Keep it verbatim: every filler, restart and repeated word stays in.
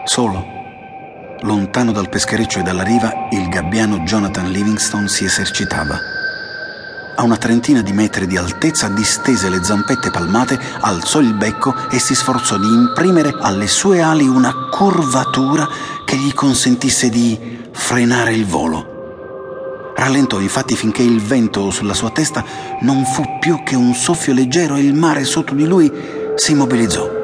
Solo, lontano dal peschereccio e dalla riva, il gabbiano Jonathan Livingstone si esercitava. A una trentina di metri di altezza distese le zampette palmate, alzò il becco e si sforzò di imprimere alle sue ali una curvatura che gli consentisse di frenare il volo. Rallentò infatti finché il vento sulla sua testa non fu più che un soffio leggero e il mare sotto di lui si immobilizzò.